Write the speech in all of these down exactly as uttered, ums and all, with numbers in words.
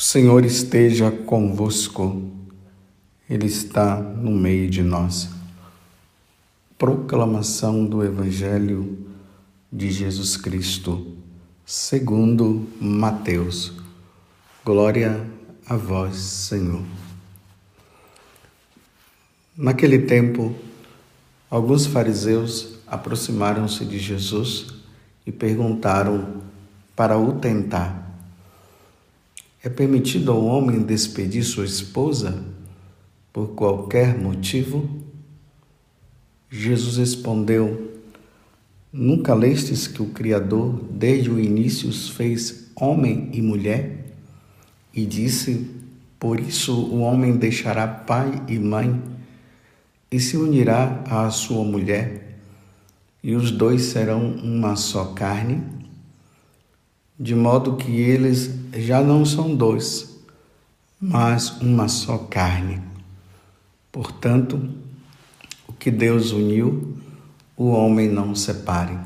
Senhor esteja convosco, Ele está no meio de nós. Proclamação do Evangelho de Jesus Cristo, segundo Mateus. Glória a vós, Senhor. Naquele tempo, alguns fariseus aproximaram-se de Jesus e perguntaram para o tentar: é permitido ao homem despedir sua esposa por qualquer motivo? Jesus respondeu: nunca lestes que o Criador desde o início os fez homem e mulher? E disse: por isso o homem deixará pai e mãe e se unirá à sua mulher, e os dois serão uma só carne, de modo que eles já não são dois, mas uma só carne. Portanto, o que Deus uniu, o homem não separe.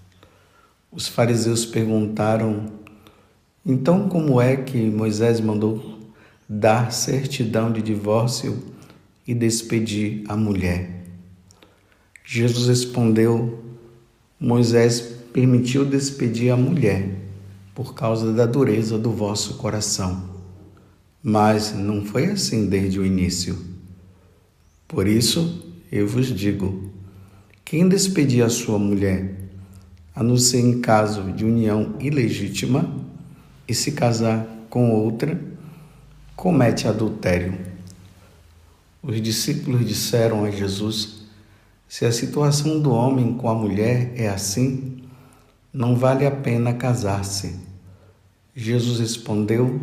Os fariseus perguntaram: então como é que Moisés mandou dar certidão de divórcio e despedir a mulher? Jesus respondeu: Moisés permitiu despedir a mulher por causa da dureza do vosso coração, mas não foi assim desde o início. Por isso eu vos digo: quem despedir a sua mulher, a não ser em caso de união ilegítima, e se casar com outra, comete adultério. Os discípulos disseram a Jesus: se a situação do homem com a mulher é assim, não vale a pena casar-se. Jesus respondeu: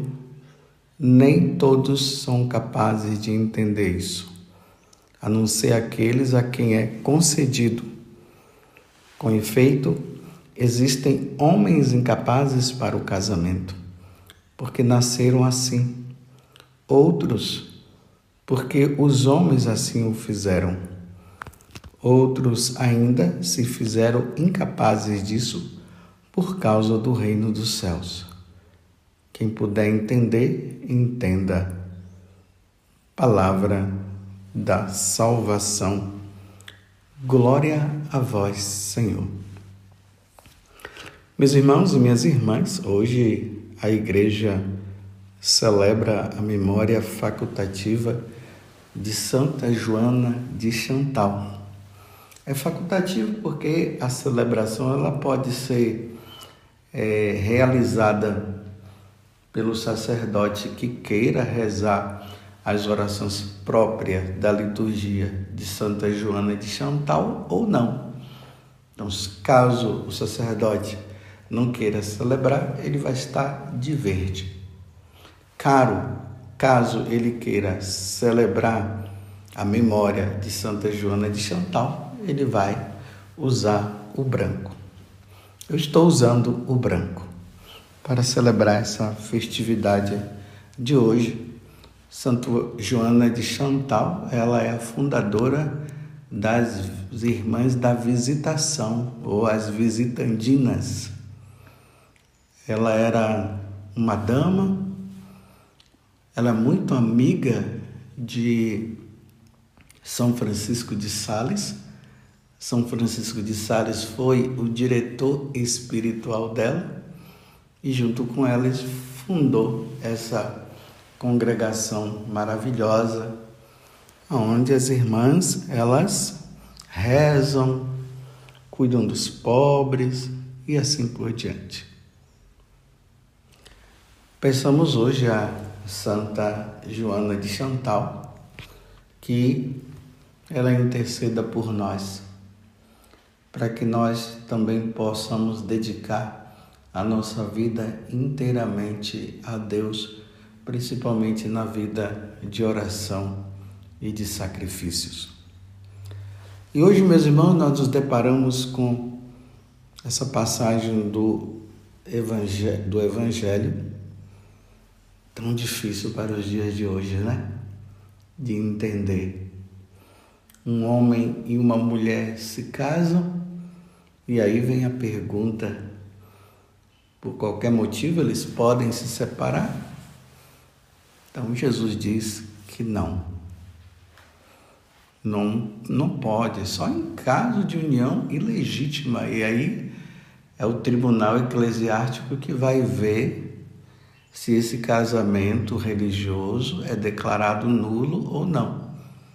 nem todos são capazes de entender isso, a não ser aqueles a quem é concedido. Com efeito, existem homens incapazes para o casamento, porque nasceram assim. Outros, porque os homens assim o fizeram. Outros ainda se fizeram incapazes disso por causa do reino dos céus. Quem puder entender, entenda. Palavra da salvação. Glória a vós, Senhor. Meus irmãos e minhas irmãs, hoje a Igreja celebra a memória facultativa de Santa Joana de Chantal. É facultativo porque a celebração ela pode ser é, realizada pelo sacerdote que queira rezar as orações próprias da liturgia de Santa Joana de Chantal ou não. Então, caso o sacerdote não queira celebrar, ele vai estar de verde. Caro, caso ele queira celebrar a memória de Santa Joana de Chantal, ele vai usar o branco. Eu estou usando o branco para celebrar essa festividade de hoje. Santa Joana de Chantal, ela é a fundadora das Irmãs da Visitação, ou as Visitandinas. Ela era uma dama, ela é muito amiga de São Francisco de Sales. São Francisco de Sales foi o diretor espiritual dela e junto com eles fundou essa congregação maravilhosa, onde as irmãs, elas rezam, cuidam dos pobres e assim por diante. Peçamos hoje a Santa Joana de Chantal que ela interceda por nós, para que nós também possamos dedicar a nossa vida inteiramente a Deus, principalmente na vida de oração e de sacrifícios. E hoje, meus irmãos, nós nos deparamos com essa passagem do Evangelho, do Evangelho tão difícil para os dias de hoje, né? De entender. Um homem e uma mulher se casam e aí vem a pergunta: por qualquer motivo eles podem se separar? Então Jesus diz que não. Não, não pode, só em caso de união ilegítima. E aí é o tribunal eclesiástico que vai ver se esse casamento religioso é declarado nulo ou não.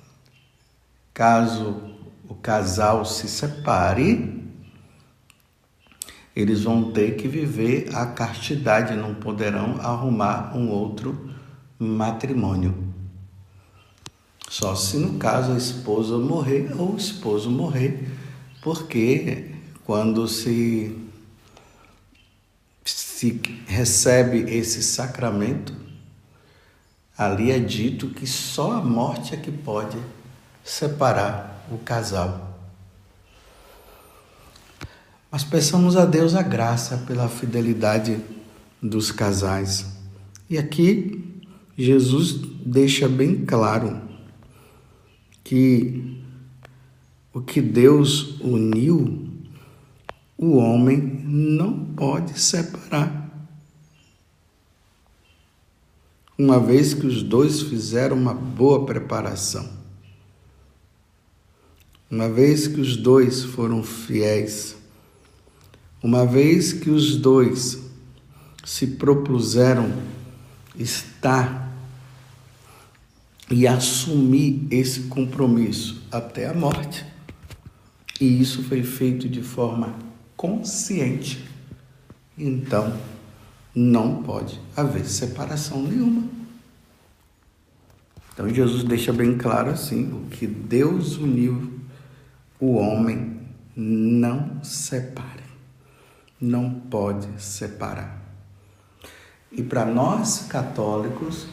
Caso o casal se separe, eles vão ter que viver a castidade, não poderão arrumar um outro matrimônio. Só se no caso a esposa morrer ou o esposo morrer, porque quando se, se recebe esse sacramento, ali é dito que só a morte é que pode separar o casal. Mas peçamos a Deus a graça pela fidelidade dos casais. E aqui Jesus deixa bem claro que o que Deus uniu, o homem não pode separar. Uma vez que os dois fizeram uma boa preparação, uma vez que os dois foram fiéis, uma vez que os dois se propuseram estar e assumir esse compromisso até a morte, e isso foi feito de forma consciente, então não pode haver separação nenhuma. Então Jesus deixa bem claro assim: o que Deus uniu, o homem não separe. Não pode separar. E para nós católicos,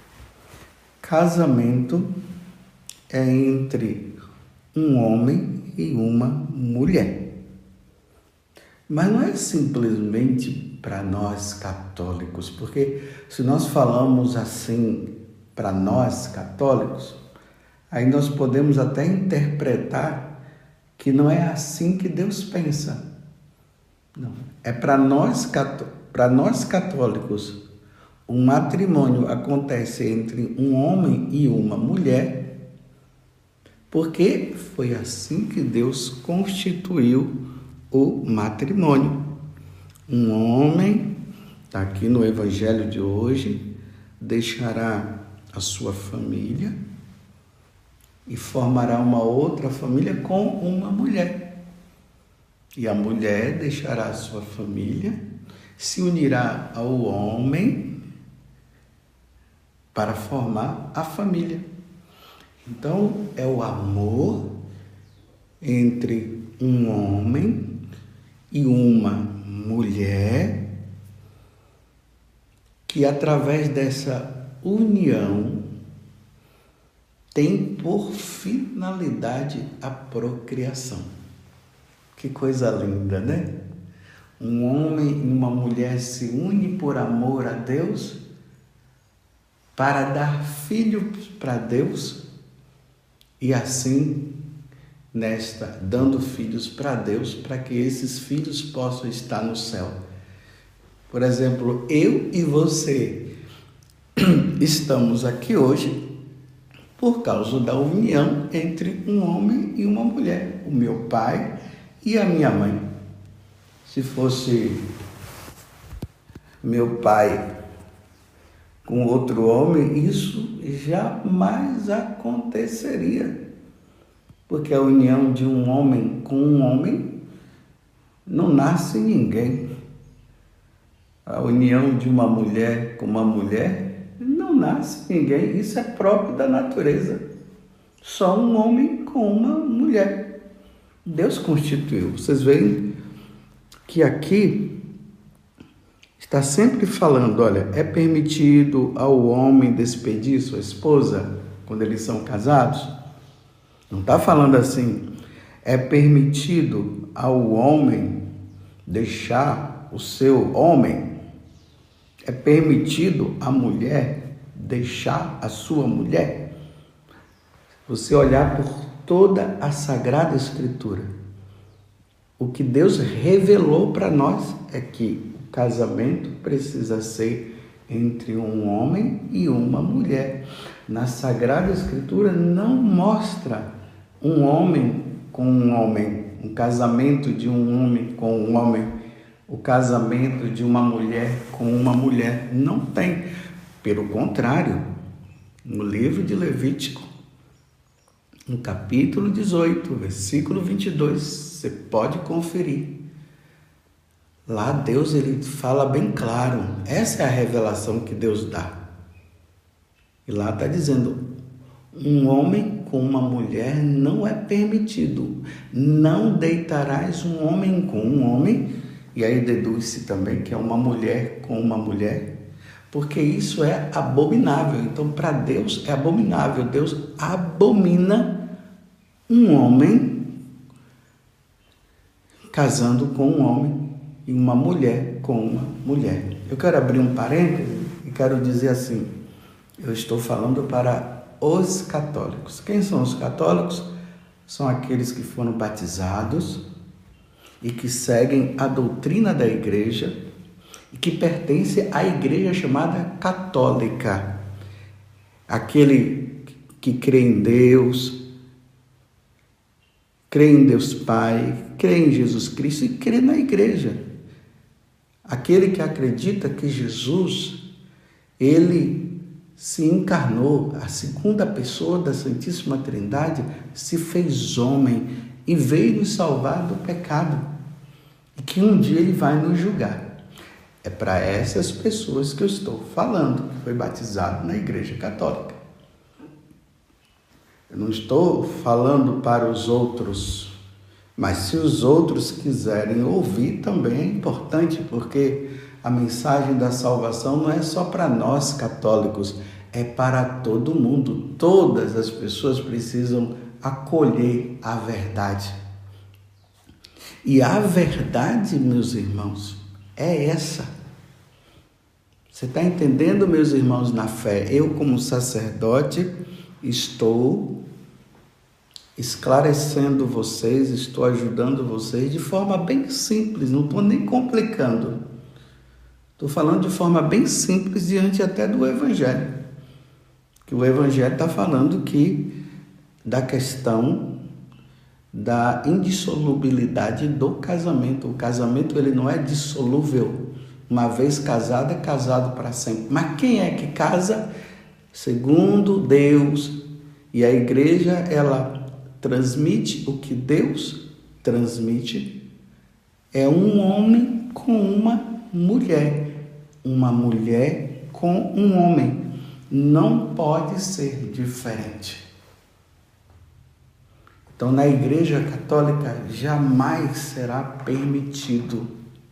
casamento é entre um homem e uma mulher. Mas não é simplesmente para nós católicos, porque se nós falamos assim para nós católicos, aí nós podemos até interpretar que não é assim que Deus pensa. Não, é para nós, para nós católicos, um matrimônio acontece entre um homem e uma mulher, porque foi assim que Deus constituiu o matrimônio. Um homem, está aqui no Evangelho de hoje, deixará a sua família e formará uma outra família com uma mulher. E a mulher deixará a sua família, se unirá ao homem para formar a família. Então, é o amor entre um homem e uma mulher que, através dessa união, tem por finalidade a procriação. Que coisa linda, né? Um homem e uma mulher se unem por amor a Deus para dar filhos para Deus e assim, nesta, dando filhos para Deus, para que esses filhos possam estar no céu. Por exemplo, eu e você estamos aqui hoje por causa da união entre um homem e uma mulher, o meu pai e a minha mãe. Se fosse meu pai com outro homem, isso jamais aconteceria. Porque a união de um homem com um homem não nasce ninguém. A união de uma mulher com uma mulher não nasce ninguém. Isso é próprio da natureza. Só um homem com uma mulher. Deus constituiu. Vocês veem que aqui está sempre falando, olha, é permitido ao homem despedir sua esposa quando eles são casados? Não está falando assim, é permitido ao homem deixar o seu homem? É permitido à mulher deixar a sua mulher? Você olhar por toda a Sagrada Escritura, o que Deus revelou para nós é que o casamento precisa ser entre um homem e uma mulher. Na Sagrada Escritura não mostra um homem com um homem, um casamento de um homem com um homem, o casamento de uma mulher com uma mulher. Não tem. Pelo contrário, no livro de Levítico, no capítulo dezoito, versículo vinte e dois, você pode conferir. Lá Deus ele fala bem claro, essa é a revelação que Deus dá. E lá está dizendo, um homem com uma mulher não é permitido. Não deitarás um homem com um homem, e aí deduz-se também que é uma mulher com uma mulher, porque isso é abominável. Então, para Deus é abominável. Deus abomina um homem casando com um homem e uma mulher com uma mulher. Eu quero abrir um parêntese e quero dizer assim, eu estou falando para os católicos. Quem são os católicos? São aqueles que foram batizados e que seguem a doutrina da igreja e que pertencem à igreja chamada católica. Aquele que crê em Deus, crê em Deus Pai, crê em Jesus Cristo e crê na igreja. Aquele que acredita que Jesus, ele se encarnou, a segunda pessoa da Santíssima Trindade se fez homem e veio nos salvar do pecado e que um dia ele vai nos julgar. É para essas pessoas que eu estou falando, que foi batizado na Igreja Católica. Eu não estou falando para os outros, mas se os outros quiserem ouvir também é importante, porque a mensagem da salvação não é só para nós católicos, é para todo mundo. Todas as pessoas precisam acolher a verdade. E a verdade, meus irmãos, é essa. Você está entendendo, meus irmãos, na fé? Eu, como sacerdote, estou esclarecendo vocês, estou ajudando vocês de forma bem simples, não estou nem complicando. Estou falando de forma bem simples diante até do Evangelho. Que o Evangelho está falando que da questão da indissolubilidade do casamento. O casamento ele não é dissolúvel. Uma vez casado, é casado para sempre. Mas quem é que casa? Segundo Deus. E a igreja, ela transmite o que Deus transmite. É um homem com uma mulher. Uma mulher com um homem. Não pode ser diferente. Então, na Igreja Católica, jamais será permitido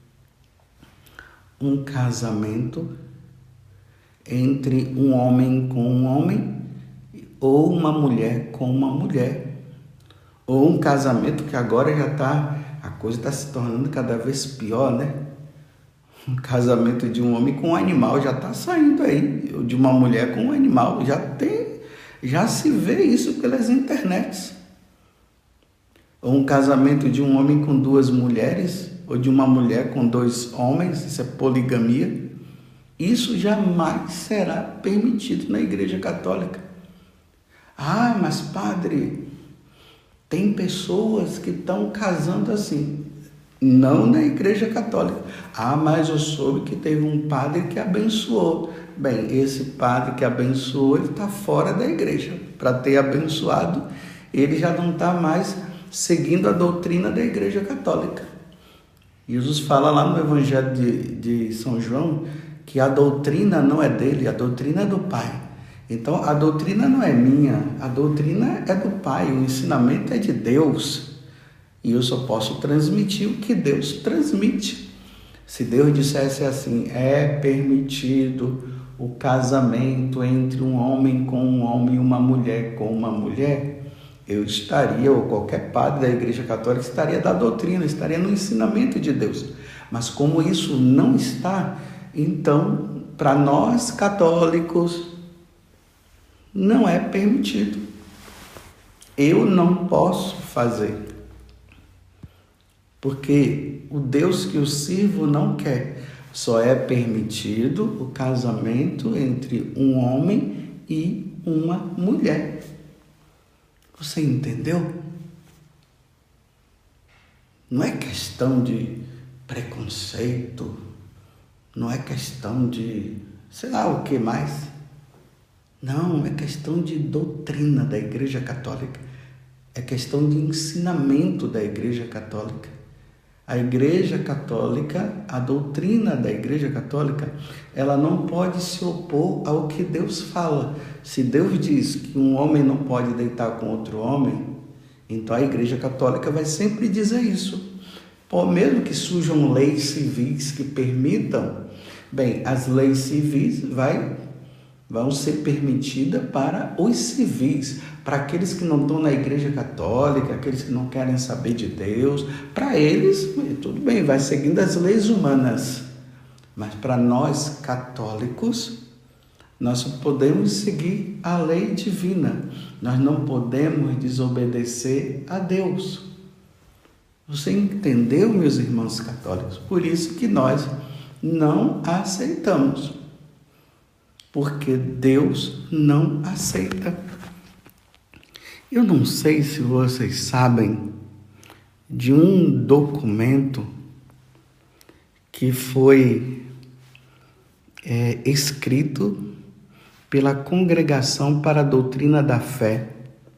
um casamento entre um homem com um homem ou uma mulher com uma mulher. Ou um casamento que agora já está, a coisa está se tornando cada vez pior, né? Um casamento de um homem com um animal já está saindo aí, de uma mulher com um animal, já tem, já se vê isso pelas internets. Ou um casamento de um homem com duas mulheres, ou de uma mulher com dois homens, isso é poligamia. Isso jamais será permitido na Igreja Católica. Ah, mas padre, tem pessoas que estão casando assim. Não na Igreja Católica. Ah, mas eu soube que teve um padre que abençoou. Bem, esse padre que abençoou, ele está fora da igreja. Para ter abençoado, ele já não está mais seguindo a doutrina da Igreja Católica. Jesus fala lá no Evangelho de, de São João que a doutrina não é dele, a doutrina é do Pai. Então, a doutrina não é minha, a doutrina é do Pai, o ensinamento é de Deus. E eu só posso transmitir o que Deus transmite. Se Deus dissesse assim, é permitido o casamento entre um homem com um homem e uma mulher com uma mulher, eu estaria, ou qualquer padre da Igreja Católica estaria da doutrina, estaria no ensinamento de Deus. Mas como isso não está, então, para nós católicos, não é permitido. Eu não posso fazer. Porque o Deus que eu sirvo não quer. Só é permitido o casamento entre um homem e uma mulher. Você entendeu? Não é questão de preconceito, não é questão de sei lá o que mais. Não, é questão de doutrina da Igreja Católica. É questão de ensinamento da Igreja Católica. A Igreja Católica, a doutrina da Igreja Católica, ela não pode se opor ao que Deus fala. Se Deus diz que um homem não pode deitar com outro homem, então a Igreja Católica vai sempre dizer isso. Por mesmo que surjam leis civis que permitam, bem, as leis civis vai, vão ser permitidas para os civis, para aqueles que não estão na Igreja Católica, aqueles que não querem saber de Deus. Para eles, tudo bem, vai seguindo as leis humanas. Mas para nós católicos, nós só podemos seguir a lei divina. Nós não podemos desobedecer a Deus. Você entendeu, meus irmãos católicos? Por isso que nós não aceitamos. Porque Deus não aceita. Eu não sei se vocês sabem de um documento que foi é, escrito pela Congregação para a Doutrina da Fé,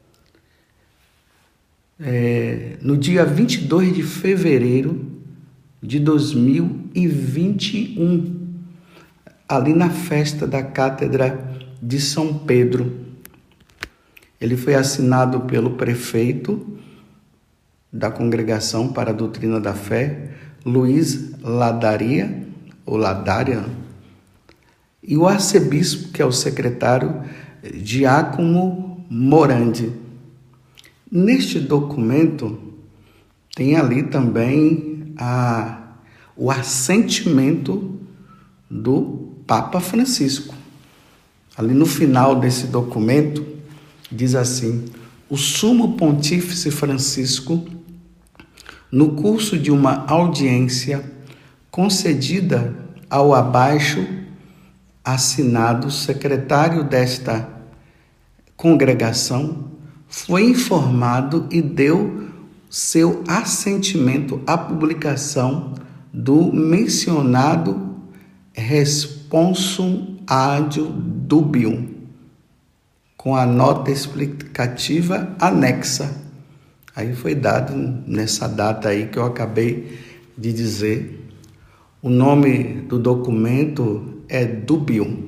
é, no dia vinte e dois de fevereiro de dois mil e vinte e um, ali na festa da Cátedra de São Pedro. Ele foi assinado pelo prefeito da Congregação para a Doutrina da Fé, Luiz Ladaria, ou Ladária, e o arcebispo, que é o secretário, Diácono Morandi. Neste documento tem ali também a, o assentimento do Papa Francisco. Ali no final desse documento diz assim: o Sumo Pontífice Francisco, no curso de uma audiência concedida ao abaixo assinado secretário desta congregação, foi informado e deu seu assentimento à publicação do mencionado Responsum ad Dubium, com a nota explicativa anexa. Aí foi dado nessa data aí que eu acabei de dizer. O nome do documento é Dubium,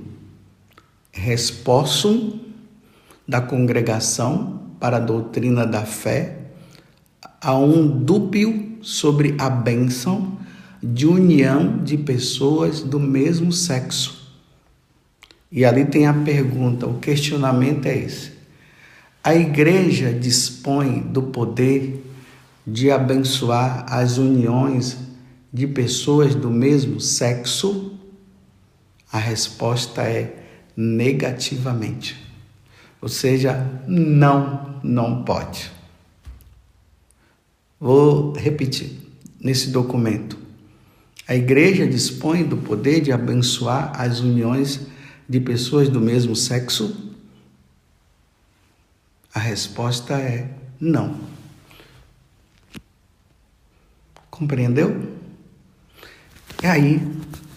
Responsum da Congregação para a Doutrina da Fé a um dúbio sobre a bênção de união de pessoas do mesmo sexo. E ali tem a pergunta, o questionamento é esse: a Igreja dispõe do poder de abençoar as uniões de pessoas do mesmo sexo? A resposta é negativamente. Ou seja, não, não pode. Vou repetir nesse documento. A Igreja dispõe do poder de abençoar as uniões de pessoas do mesmo sexo? A resposta é não. Compreendeu? E aí,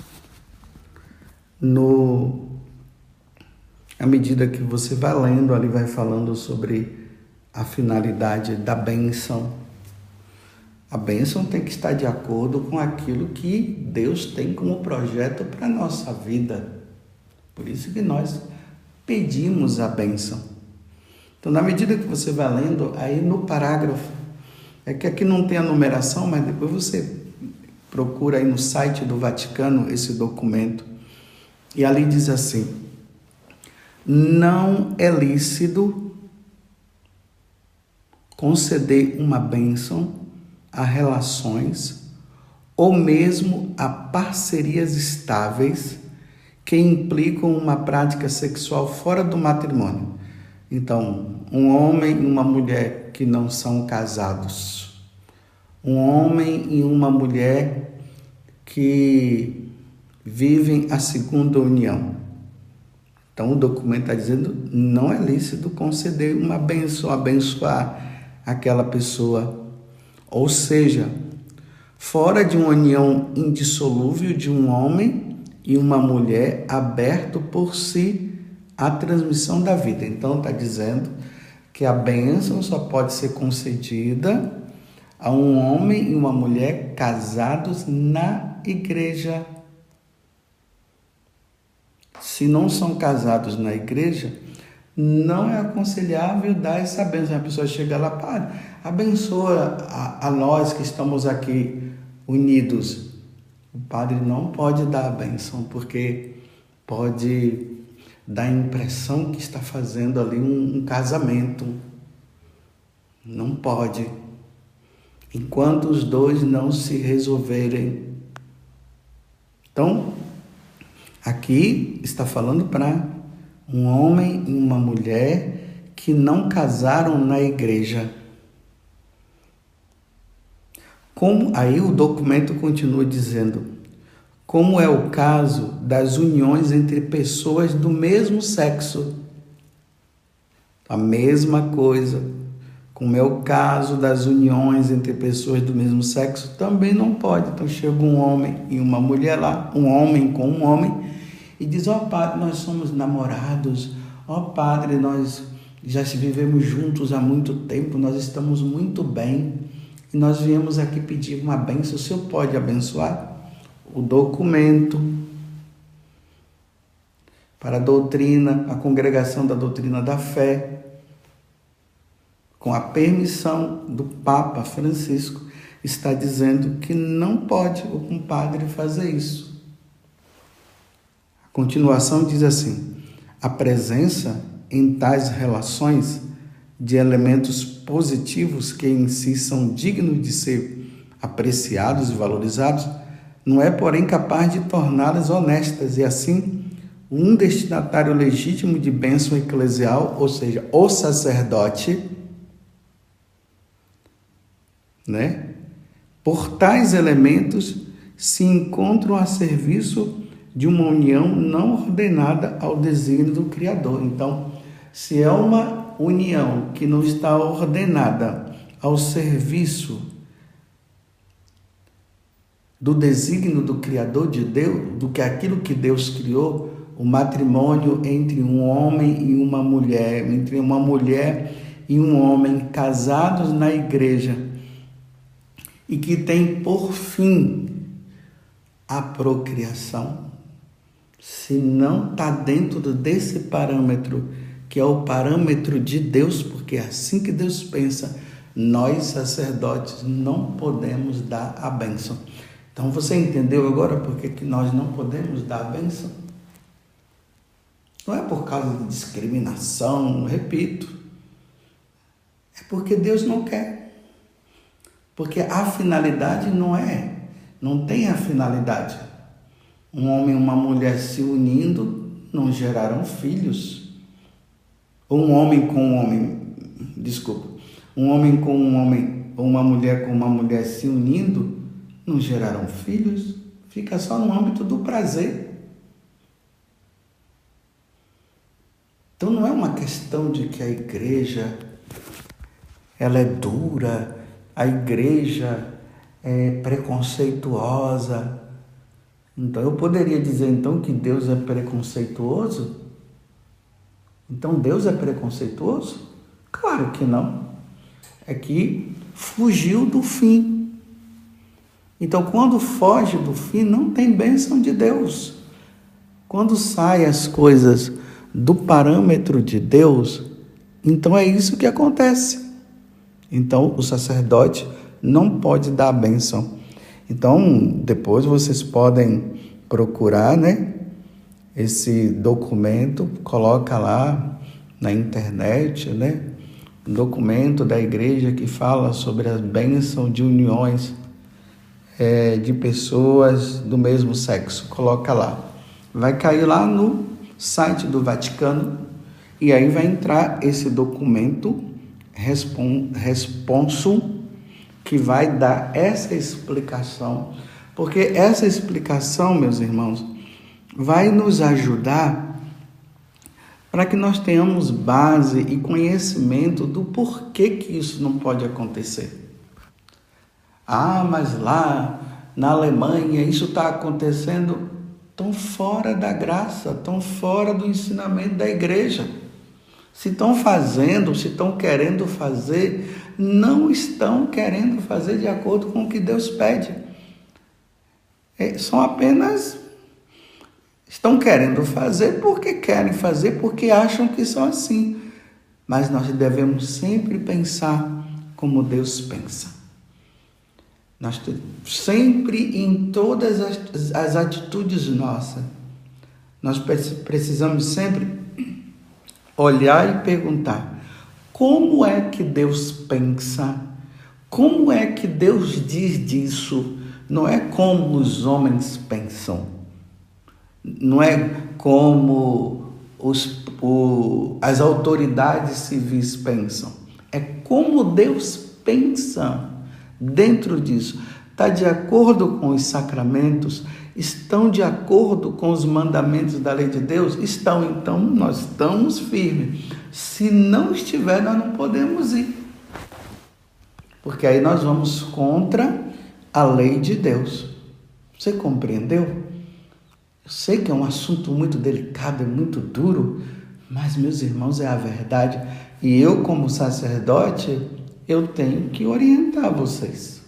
no, à medida que você vai lendo, ali vai falando sobre a finalidade da bênção. A bênção tem que estar de acordo com aquilo que Deus tem como projeto para a nossa vida. Por isso que nós pedimos a bênção. Então, na medida que você vai lendo, aí no parágrafo, é que aqui não tem a numeração, mas depois você procura aí no site do Vaticano esse documento. E ali diz assim: não é lícito conceder uma bênção a relações ou mesmo a parcerias estáveis que implicam uma prática sexual fora do matrimônio. Então, um homem e uma mulher que não são casados, um homem e uma mulher que vivem a segunda união. Então o documento está dizendo não é lícito conceder uma bênção, abençoar aquela pessoa. Ou seja, fora de uma união indissolúvel de um homem e uma mulher, aberto por si à transmissão da vida. Então está dizendo que a bênção só pode ser concedida a um homem e uma mulher casados na igreja. Se não são casados na igreja, não é aconselhável dar essa bênção. A pessoa chega lá, padre, abençoa a, a nós que estamos aqui unidos. O padre não pode dar a bênção, porque pode dar a impressão que está fazendo ali um, um casamento. Não pode. Enquanto os dois não se resolverem. Então, aqui está falando para um homem e uma mulher que não casaram na igreja. Como aí o documento continua dizendo, como é o caso das uniões entre pessoas do mesmo sexo. A mesma coisa. Como é o caso das uniões entre pessoas do mesmo sexo, também não pode. Então chega um homem e uma mulher lá, um homem com um homem, e diz, ó padre, nós somos namorados, ó padre, nós já vivemos juntos há muito tempo, nós estamos muito bem, e nós viemos aqui pedir uma bênção, o senhor pode abençoar? O documento para a doutrina, a congregação da doutrina da fé, com a permissão do Papa Francisco, está dizendo que não pode o compadre fazer isso. A continuação diz assim, a presença em tais relações de elementos positivos que em si são dignos de ser apreciados e valorizados, não é, porém, capaz de torná-las honestas e, assim, um destinatário legítimo de bênção eclesial, ou seja, o sacerdote, né? Por tais elementos se encontram a serviço de uma união não ordenada ao desígnio do Criador. Então, se é uma união que não está ordenada ao serviço do desígnio do Criador de Deus, do que aquilo que Deus criou, o matrimônio entre um homem e uma mulher, entre uma mulher e um homem casados na igreja, e que tem por fim a procriação, se não está dentro desse parâmetro, que é o parâmetro de Deus, porque é assim que Deus pensa, nós sacerdotes não podemos dar a bênção. Então você entendeu agora por que que nós não podemos dar a bênção? Não é por causa de discriminação, repito, é porque Deus não quer. Porque a finalidade não é, não tem a finalidade. Um homem e uma mulher se unindo não geraram filhos. Ou um homem com um homem, desculpa, um homem com um homem, ou uma mulher com uma mulher se unindo não geraram filhos. Fica só no âmbito do prazer. Então não é uma questão de que a igreja ela é dura, a igreja é preconceituosa. Então, eu poderia dizer, então, que Deus é preconceituoso? Então, Deus é preconceituoso? Claro que não. É que fugiu do fim. Então, quando foge do fim, não tem bênção de Deus. Quando saem as coisas do parâmetro de Deus, então é isso que acontece. Então, o sacerdote não pode dar a bênção. Então, depois vocês podem procurar, né, esse documento, coloca lá na internet, né, um documento da igreja que fala sobre a bênção de uniões é, de pessoas do mesmo sexo. Coloca lá. Vai cair lá no site do Vaticano e aí vai entrar esse documento responso, que vai dar essa explicação, porque essa explicação, meus irmãos, vai nos ajudar para que nós tenhamos base e conhecimento do porquê que isso não pode acontecer. Ah, mas lá na Alemanha isso está acontecendo. Estão fora da graça, estão fora do ensinamento da igreja. Se estão fazendo, se estão querendo fazer, não estão querendo fazer de acordo com o que Deus pede. É, são apenas, estão querendo fazer porque querem fazer, porque acham que são assim. Mas nós devemos sempre pensar como Deus pensa. Nós sempre, em todas as, as atitudes nossas, nós precisamos sempre olhar e perguntar: como é que Deus pensa? Como é que Deus diz disso? Não é como os homens pensam, não é como os, o, as autoridades civis pensam, é como Deus pensa. Dentro disso, está de acordo com os sacramentos? Estão de acordo com os mandamentos da lei de Deus? Estão, então nós estamos firmes. Se não estiver, nós não podemos ir. Porque aí nós vamos contra a lei de Deus. Você compreendeu? Eu sei que é um assunto muito delicado, é muito duro, mas, meus irmãos, é a verdade. E eu, como sacerdote, eu tenho que orientar vocês.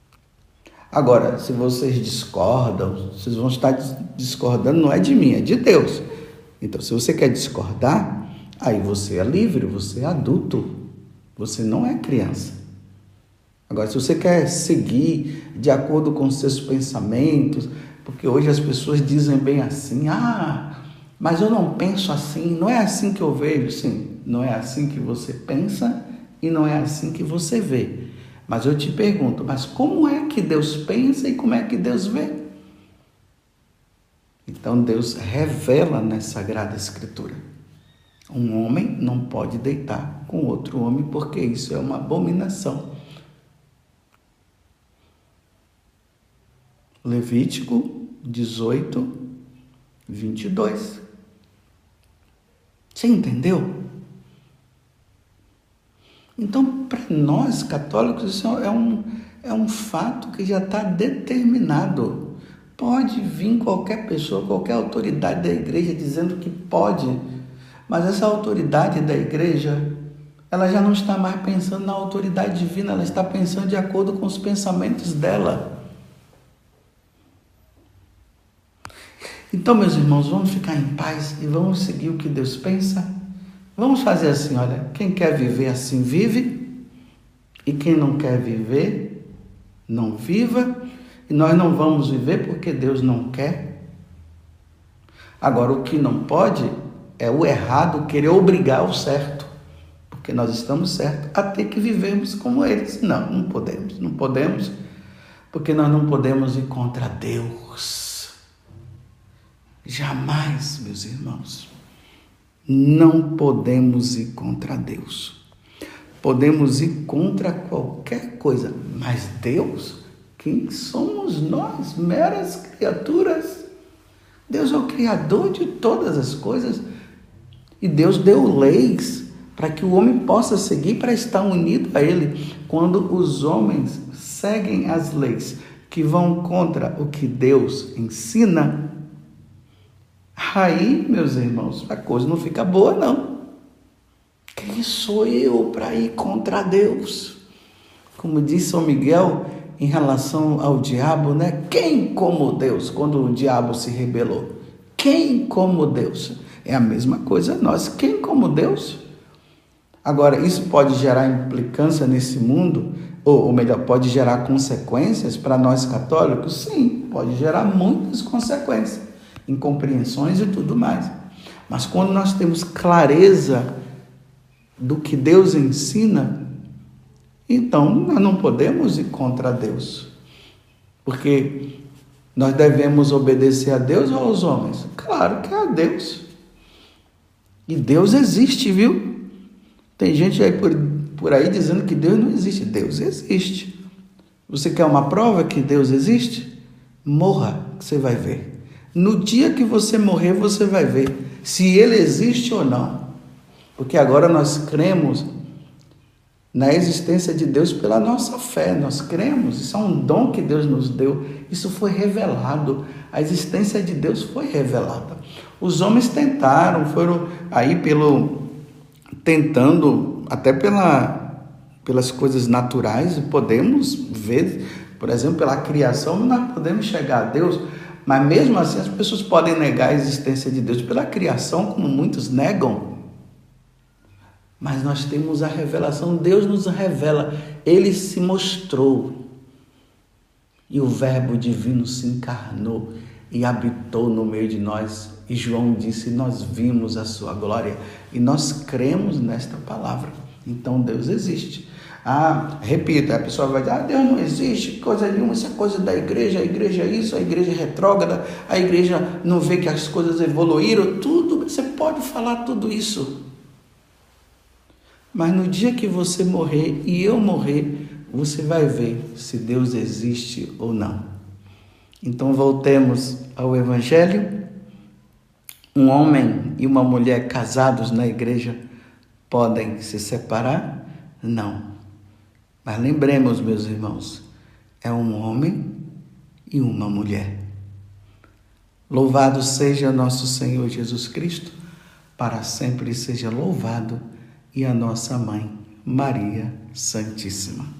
Agora, se vocês discordam, vocês vão estar discordando, não é de mim, é de Deus. Então, se você quer discordar, aí você é livre, você é adulto, você não é criança. Agora, se você quer seguir de acordo com os seus pensamentos, porque hoje as pessoas dizem bem assim: ah, mas eu não penso assim, não é assim que eu vejo. Sim, não é assim que você pensa, e não é assim que você vê. Mas eu te pergunto, mas como é que Deus pensa e como é que Deus vê? Então Deus revela na Sagrada Escritura: um homem não pode deitar com outro homem, porque isso é uma abominação. Levítico dezoito, vinte e dois. Você entendeu? Então, para nós católicos, isso é um, é um fato que já está determinado. Pode vir qualquer pessoa, qualquer autoridade da igreja dizendo que pode, mas essa autoridade da igreja, ela já não está mais pensando na autoridade divina, ela está pensando de acordo com os pensamentos dela. Então, meus irmãos, vamos ficar em paz e vamos seguir o que Deus pensa. Vamos fazer assim, olha, quem quer viver assim vive, e quem não quer viver, não viva, e nós não vamos viver porque Deus não quer. Agora, o que não pode é o errado querer obrigar o certo, porque nós estamos certos a ter que vivermos como eles. Não, não podemos, não podemos, porque nós não podemos ir contra Deus. Jamais, meus irmãos. Não podemos ir contra Deus. Podemos ir contra qualquer coisa, mas Deus, quem somos nós? Meras criaturas. Deus é o Criador de todas as coisas. E Deus deu leis para que o homem possa seguir, para estar unido a Ele. Quando os homens seguem as leis que vão contra o que Deus ensina, aí, meus irmãos, a coisa não fica boa, não. Quem sou eu para ir contra Deus? Como disse São Miguel em relação ao diabo, né? Quem como Deus, quando o diabo se rebelou? Quem como Deus? É a mesma coisa nós. Quem como Deus? Agora, isso pode gerar implicância nesse mundo, ou, ou melhor, pode gerar consequências para nós católicos? Sim, pode gerar muitas consequências, incompreensões e tudo mais. Mas quando nós temos clareza do que Deus ensina, então nós não podemos ir contra Deus. Porque nós devemos obedecer a Deus ou aos homens? Claro que é a Deus. E Deus existe, viu? Tem gente aí por, por aí dizendo que Deus não existe. Deus existe. Você quer uma prova que Deus existe? Morra, que você vai ver. No dia que você morrer, você vai ver se ele existe ou não. Porque agora nós cremos na existência de Deus pela nossa fé. Nós cremos, isso é um dom que Deus nos deu. Isso foi revelado. A existência de Deus foi revelada. Os homens tentaram, foram aí pelo tentando, até pela, pelas coisas naturais, e podemos ver, por exemplo, pela criação, nós podemos chegar a Deus, mas mesmo assim as pessoas podem negar a existência de Deus pela criação, como muitos negam. Mas nós temos a revelação, Deus nos revela, Ele se mostrou, e o Verbo divino se encarnou e habitou no meio de nós. E João disse, nós vimos a sua glória e nós cremos nesta palavra. Então Deus existe. Ah, repita, a pessoa vai dizer, ah, Deus não existe, coisa nenhuma, isso é coisa da igreja, a igreja é isso, a igreja é retrógrada, a igreja não vê que as coisas evoluíram, tudo, você pode falar tudo isso. Mas no dia que você morrer e eu morrer, você vai ver se Deus existe ou não. Então voltemos ao Evangelho. Um homem e uma mulher casados na igreja podem se separar? Não. Mas lembremos, meus irmãos, é um homem e uma mulher. Louvado seja nosso Senhor Jesus Cristo, para sempre seja louvado, e a nossa Mãe, Maria Santíssima.